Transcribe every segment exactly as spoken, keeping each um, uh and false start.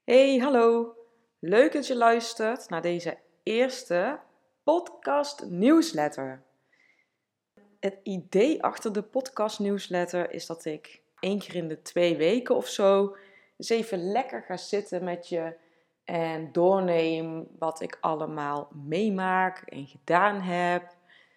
Hey, hallo. Leuk dat je luistert naar deze eerste podcast nieuwsletter. Het idee achter de podcast nieuwsletter is dat ik één keer in de twee weken of zo eens even lekker ga zitten met je en doorneem wat ik allemaal meemaak en gedaan heb.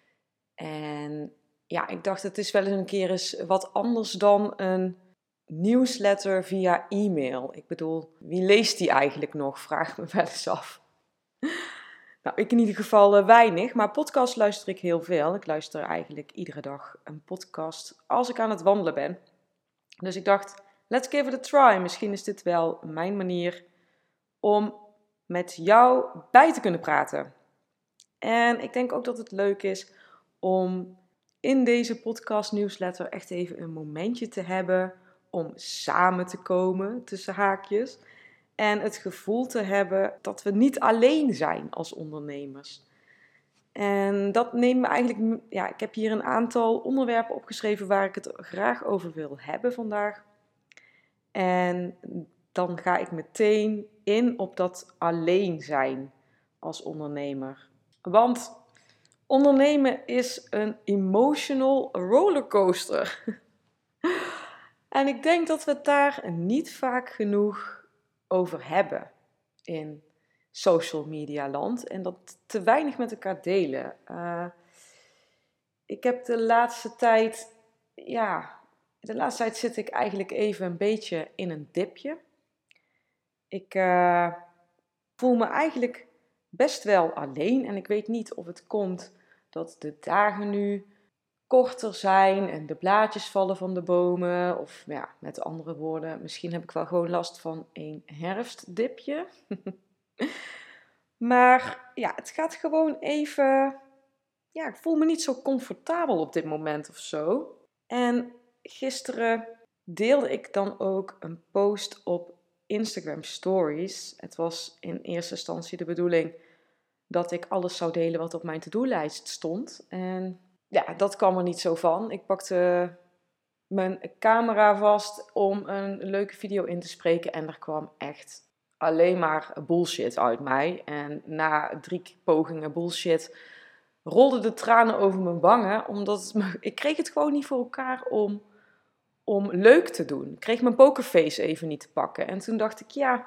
En ja, ik dacht het is wel eens een keer eens wat anders dan een nieuwsletter via e-mail. Ik bedoel, wie leest die eigenlijk nog? Vraag me wel eens af. Nou, ik in ieder geval uh, weinig, maar podcast luister ik heel veel. Ik luister eigenlijk iedere dag een podcast als ik aan het wandelen ben. Dus ik dacht, let's give it a try. Misschien is dit wel mijn manier om met jou bij te kunnen praten. En ik denk ook dat het leuk is om in deze podcast nieuwsletter echt even een momentje te hebben om samen te komen tussen haakjes en het gevoel te hebben dat we niet alleen zijn als ondernemers. En dat neemt me eigenlijk, ja, ik heb hier een aantal onderwerpen opgeschreven waar ik het graag over wil hebben vandaag. En dan ga ik meteen in op dat alleen zijn als ondernemer. Want ondernemen is een emotional rollercoaster. En ik denk dat we het daar niet vaak genoeg over hebben in social media land. En dat te weinig met elkaar delen. Uh, ik heb de laatste tijd, ja, de laatste tijd zit ik eigenlijk even een beetje in een dipje. Ik uh, voel me eigenlijk best wel alleen en ik weet niet of het komt dat de dagen nu korter zijn en de blaadjes vallen van de bomen. Of ja, met andere woorden, misschien heb ik wel gewoon last van een herfstdipje. Maar ja, het gaat gewoon even... Ja, ik voel me niet zo comfortabel op dit moment of zo. En gisteren deelde ik dan ook een post op Instagram Stories. Het was in eerste instantie de bedoeling dat ik alles zou delen wat op mijn to-do-lijst stond. En ja, dat kwam er niet zo van. Ik pakte mijn camera vast om een leuke video in te spreken en er kwam echt alleen maar bullshit uit mij. En na drie pogingen bullshit rolden de tranen over mijn wangen, omdat me, ik kreeg het gewoon niet voor elkaar om, om leuk te doen. Ik kreeg mijn pokerface even niet te pakken. En toen dacht ik, ja,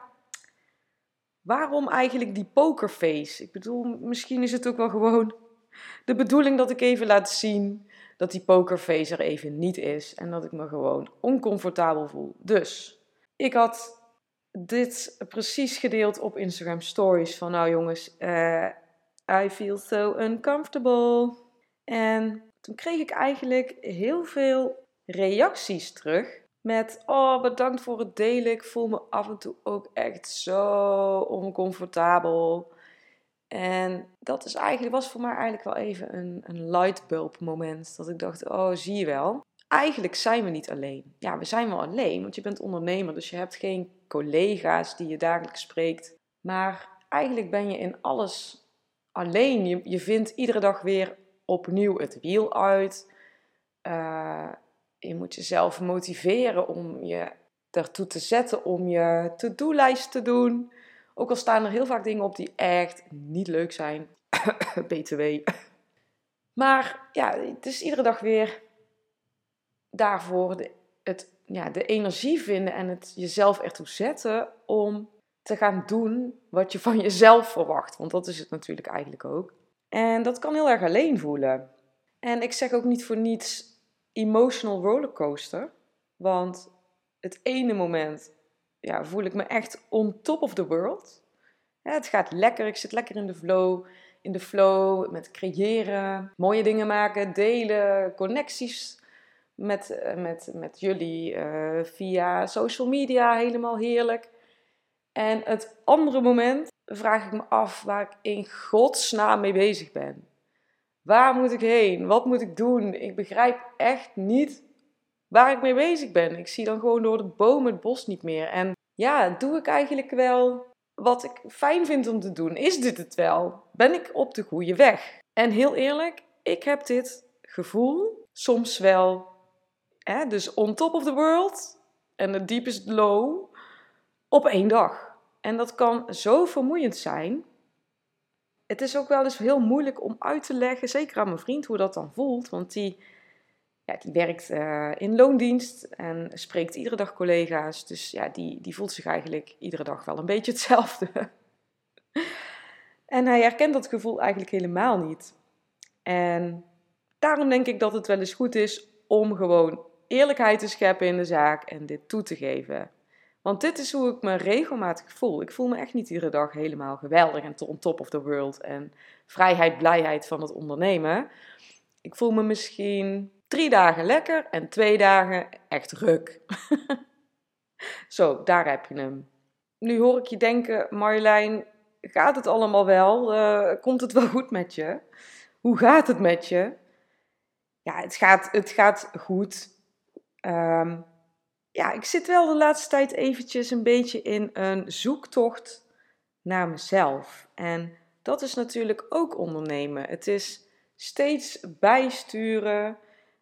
waarom eigenlijk die pokerface? Ik bedoel, misschien is het ook wel gewoon de bedoeling dat ik even laat zien dat die pokerface er even niet is. En dat ik me gewoon oncomfortabel voel. Dus, ik had dit precies gedeeld op Instagram Stories. Van nou jongens, uh, I feel so uncomfortable. En toen kreeg ik eigenlijk heel veel reacties terug. Met, oh bedankt voor het delen. Ik voel me af en toe ook echt zo oncomfortabel. En dat is eigenlijk, was voor mij eigenlijk wel even een, een lightbulb moment. Dat ik dacht, oh zie je wel. Eigenlijk zijn we niet alleen. Ja, we zijn wel alleen, want je bent ondernemer. Dus je hebt geen collega's die je dagelijks spreekt. Maar eigenlijk ben je in alles alleen. Je, je vindt iedere dag weer opnieuw het wiel uit. Uh, je moet jezelf motiveren om je ertoe te zetten om je to-do-lijst te doen. Ook al staan er heel vaak dingen op die echt niet leuk zijn. B T W. Maar ja, het is iedere dag weer daarvoor de, het, ja, de energie vinden en het jezelf ertoe zetten om te gaan doen wat je van jezelf verwacht. Want dat is het natuurlijk eigenlijk ook. En dat kan heel erg alleen voelen. En ik zeg ook niet voor niets emotional rollercoaster. Want het ene moment ja, voel ik me echt on top of the world. Ja, het gaat lekker, ik zit lekker in de flow. In de flow met creëren, mooie dingen maken, delen, connecties met, met, met jullie uh, via social media, helemaal heerlijk. En het andere moment vraag ik me af waar ik in godsnaam mee bezig ben. Waar moet ik heen? Wat moet ik doen? Ik begrijp echt niet waar ik mee bezig ben. Ik zie dan gewoon door de bomen het bos niet meer. En ja, doe ik eigenlijk wel wat ik fijn vind om te doen? Is dit het wel? Ben ik op de goede weg? En heel eerlijk, ik heb dit gevoel soms wel, hè, dus on top of the world en the deepest low op één dag. En dat kan zo vermoeiend zijn. Het is ook wel eens heel moeilijk om uit te leggen, zeker aan mijn vriend, hoe dat dan voelt. Want die, ja, die werkt uh, in loondienst en spreekt iedere dag collega's. Dus ja, die, die voelt zich eigenlijk iedere dag wel een beetje hetzelfde. En hij herkent dat gevoel eigenlijk helemaal niet. En daarom denk ik dat het wel eens goed is om gewoon eerlijkheid te scheppen in de zaak en dit toe te geven. Want dit is hoe ik me regelmatig voel. Ik voel me echt niet iedere dag helemaal geweldig en on top of the world en vrijheid, blijheid van het ondernemen. Ik voel me misschien drie dagen lekker en twee dagen echt ruk. Zo, daar heb je hem. Nu hoor ik je denken, Marjolein, gaat het allemaal wel? Uh, komt het wel goed met je? Hoe gaat het met je? Ja, het gaat, het gaat goed. Um, ja, ik zit wel de laatste tijd eventjes een beetje in een zoektocht naar mezelf. En dat is natuurlijk ook ondernemen. Het is steeds bijsturen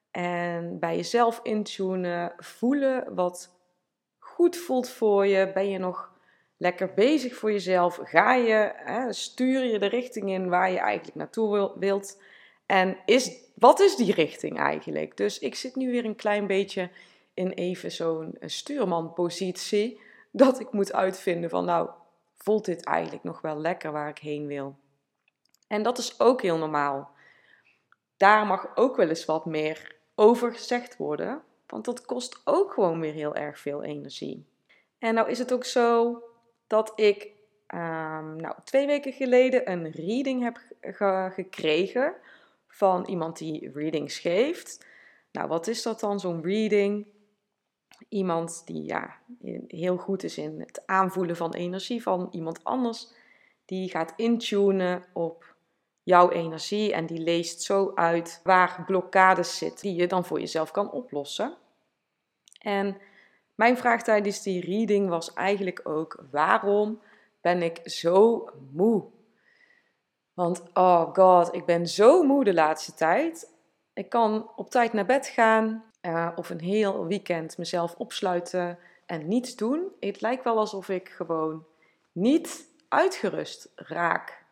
en bij jezelf intunen, voelen wat goed voelt voor je. Ben je nog lekker bezig voor jezelf? Ga je, hè, stuur je de richting in waar je eigenlijk naartoe wilt? En is, wat is die richting eigenlijk? Dus ik zit nu weer een klein beetje in even zo'n stuurmanpositie, dat ik moet uitvinden van, nou, voelt dit eigenlijk nog wel lekker waar ik heen wil? En dat is ook heel normaal. Daar mag ook wel eens wat meer over gezegd worden, want dat kost ook gewoon weer heel erg veel energie. En nou is het ook zo dat ik um, nou, twee weken geleden een reading heb ge- gekregen van iemand die readings geeft. Nou, wat is dat dan, zo'n reading? Iemand die ja, heel goed is in het aanvoelen van energie van iemand anders. Die gaat intunen op jouw energie en die leest zo uit waar blokkades zitten die je dan voor jezelf kan oplossen. En mijn vraag tijdens die reading was eigenlijk ook, waarom ben ik zo moe? Want oh god, ik ben zo moe de laatste tijd. Ik kan op tijd naar bed gaan uh, of een heel weekend mezelf opsluiten en niets doen. Het lijkt wel alsof ik gewoon niet uitgerust raak.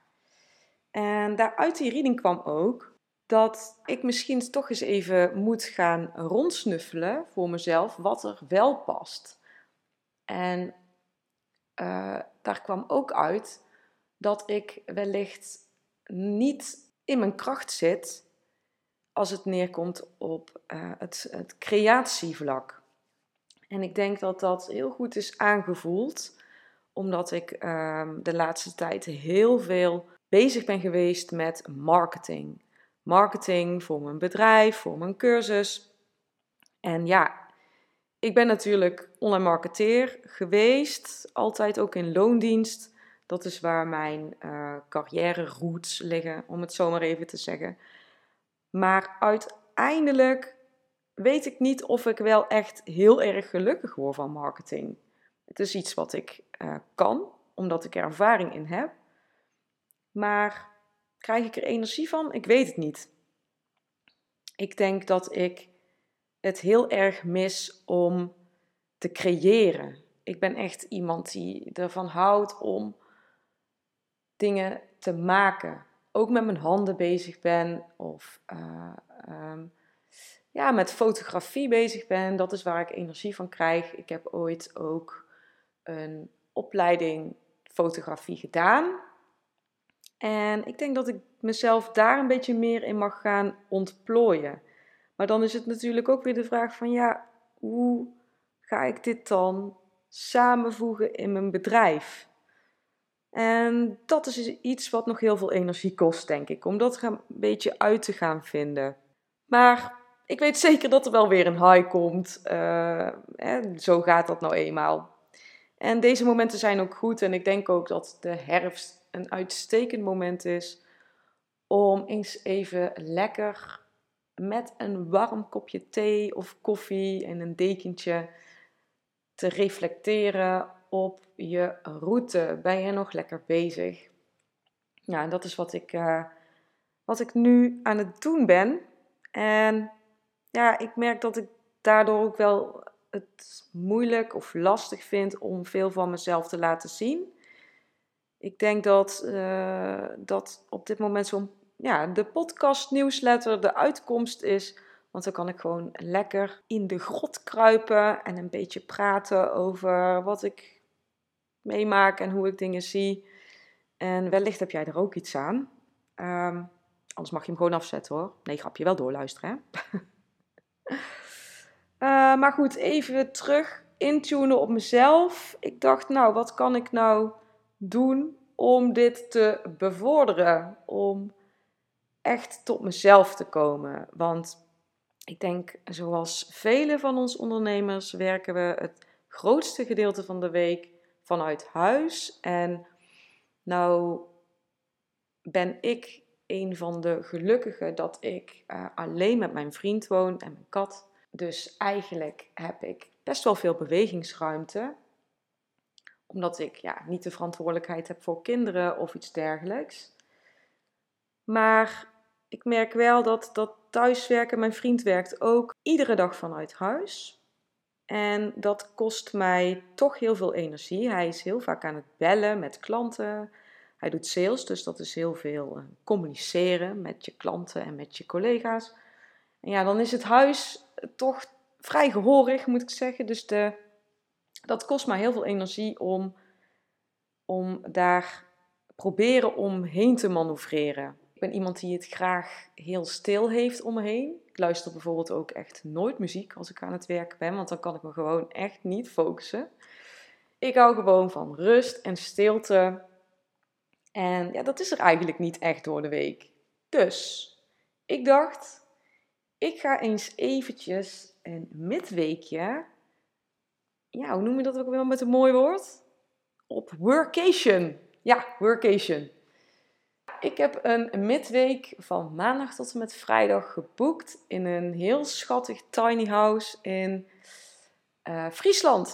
En daaruit die reading kwam ook dat ik misschien toch eens even moet gaan rondsnuffelen voor mezelf wat er wel past. En uh, daar kwam ook uit dat ik wellicht niet in mijn kracht zit als het neerkomt op uh, het, het creatievlak. En ik denk dat dat heel goed is aangevoeld, omdat ik uh, de laatste tijd heel veel bezig ben geweest met marketing. Marketing voor mijn bedrijf, voor mijn cursus. En ja, ik ben natuurlijk online marketeer geweest, altijd ook in loondienst. Dat is waar mijn uh, carrière roots liggen, om het zo maar even te zeggen. Maar uiteindelijk weet ik niet of ik wel echt heel erg gelukkig word van marketing. Het is iets wat ik uh, kan, omdat ik er ervaring in heb. Maar krijg ik er energie van? Ik weet het niet. Ik denk dat ik het heel erg mis om te creëren. Ik ben echt iemand die ervan houdt om dingen te maken. Ook met mijn handen bezig ben of uh, um, ja, met fotografie bezig ben. Dat is waar ik energie van krijg. Ik heb ooit ook een opleiding fotografie gedaan. En ik denk dat ik mezelf daar een beetje meer in mag gaan ontplooien. Maar dan is het natuurlijk ook weer de vraag van ja, hoe ga ik dit dan samenvoegen in mijn bedrijf? En dat is iets wat nog heel veel energie kost, denk ik, om dat een beetje uit te gaan vinden. Maar ik weet zeker dat er wel weer een high komt. Uh, hè, zo gaat dat nou eenmaal. En deze momenten zijn ook goed en ik denk ook dat de herfst een uitstekend moment is om eens even lekker met een warm kopje thee of koffie en een dekentje te reflecteren op je route. Ben je nog lekker bezig? Ja, en dat is wat ik, uh, wat ik nu aan het doen ben. En ja, ik merk dat ik daardoor ook wel het moeilijk of lastig vind om veel van mezelf te laten zien. Ik denk dat, uh, dat op dit moment zo'n, ja, de podcast nieuwsletter de uitkomst is. Want dan kan ik gewoon lekker in de grot kruipen en een beetje praten over wat ik meemaak en hoe ik dingen zie. En wellicht heb jij er ook iets aan. Um, anders mag je hem gewoon afzetten hoor. Nee, grapje, wel doorluisteren hè. uh, maar goed, even terug intunen op mezelf. Ik dacht, nou, wat kan ik nou doen om dit te bevorderen? Om echt tot mezelf te komen. Want ik denk, zoals vele van ons ondernemers, werken we het grootste gedeelte van de week vanuit huis. En nou ben ik een van de gelukkigen dat ik uh, alleen met mijn vriend woon en mijn kat. Dus eigenlijk heb ik best wel veel bewegingsruimte. Omdat ik ja, niet de verantwoordelijkheid heb voor kinderen of iets dergelijks. Maar ik merk wel dat, dat thuiswerken, mijn vriend werkt ook iedere dag vanuit huis. En dat kost mij toch heel veel energie. Hij is heel vaak aan het bellen met klanten. Hij doet sales, dus dat is heel veel communiceren met je klanten en met je collega's. En ja, dan is het huis toch vrij gehoorig, moet ik zeggen. Dus de, dat kost mij heel veel energie om, om daar proberen omheen te manoeuvreren. Ik ben iemand die het graag heel stil heeft om me heen. Ik luister bijvoorbeeld ook echt nooit muziek als ik aan het werken ben, want dan kan ik me gewoon echt niet focussen. Ik hou gewoon van rust en stilte. En ja, dat is er eigenlijk niet echt door de week. Dus ik dacht, ik ga eens eventjes een midweekje, ja, hoe noem je dat ook wel met een mooi woord? Op workation. Ja, workation. Ik heb een midweek van maandag tot en met vrijdag geboekt in een heel schattig tiny house in uh, Friesland.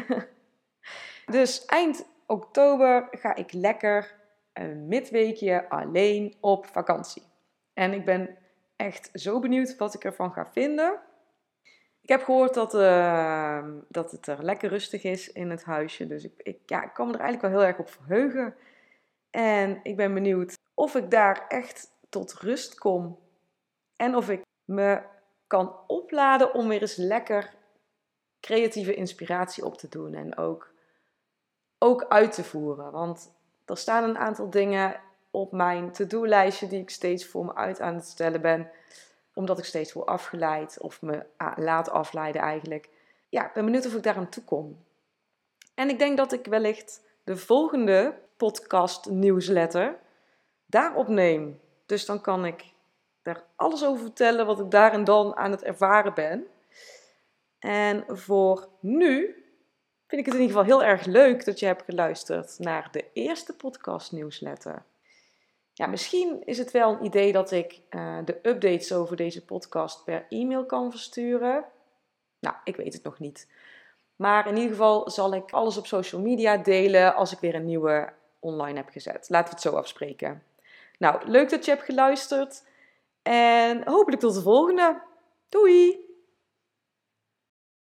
Dus eind oktober ga ik lekker een midweekje alleen op vakantie. En ik ben echt zo benieuwd wat ik ervan ga vinden. Ik heb gehoord dat, uh, dat het er lekker rustig is in het huisje. Dus ik, ik, ja, ik kan me er eigenlijk wel heel erg op verheugen. En ik ben benieuwd of ik daar echt tot rust kom. En of ik me kan opladen om weer eens lekker creatieve inspiratie op te doen. En ook, ook uit te voeren. Want er staan een aantal dingen op mijn to-do-lijstje die ik steeds voor me uit aan het stellen ben. Omdat ik steeds word afgeleid of me laat afleiden eigenlijk. Ja, ik ben benieuwd of ik daar aan toe kom. En ik denk dat ik wellicht de volgende podcast nieuwsletter daar opneem. Dus dan kan ik daar alles over vertellen wat ik daar en dan aan het ervaren ben. En voor nu vind ik het in ieder geval heel erg leuk dat je hebt geluisterd naar de eerste podcast nieuwsletter. Ja, misschien is het wel een idee dat ik uh, de updates over deze podcast per e-mail kan versturen. Nou, ik weet het nog niet. Maar in ieder geval zal ik alles op social media delen als ik weer een nieuwe online heb gezet. Laten we het zo afspreken. Nou, leuk dat je hebt geluisterd. En hopelijk tot de volgende. Doei!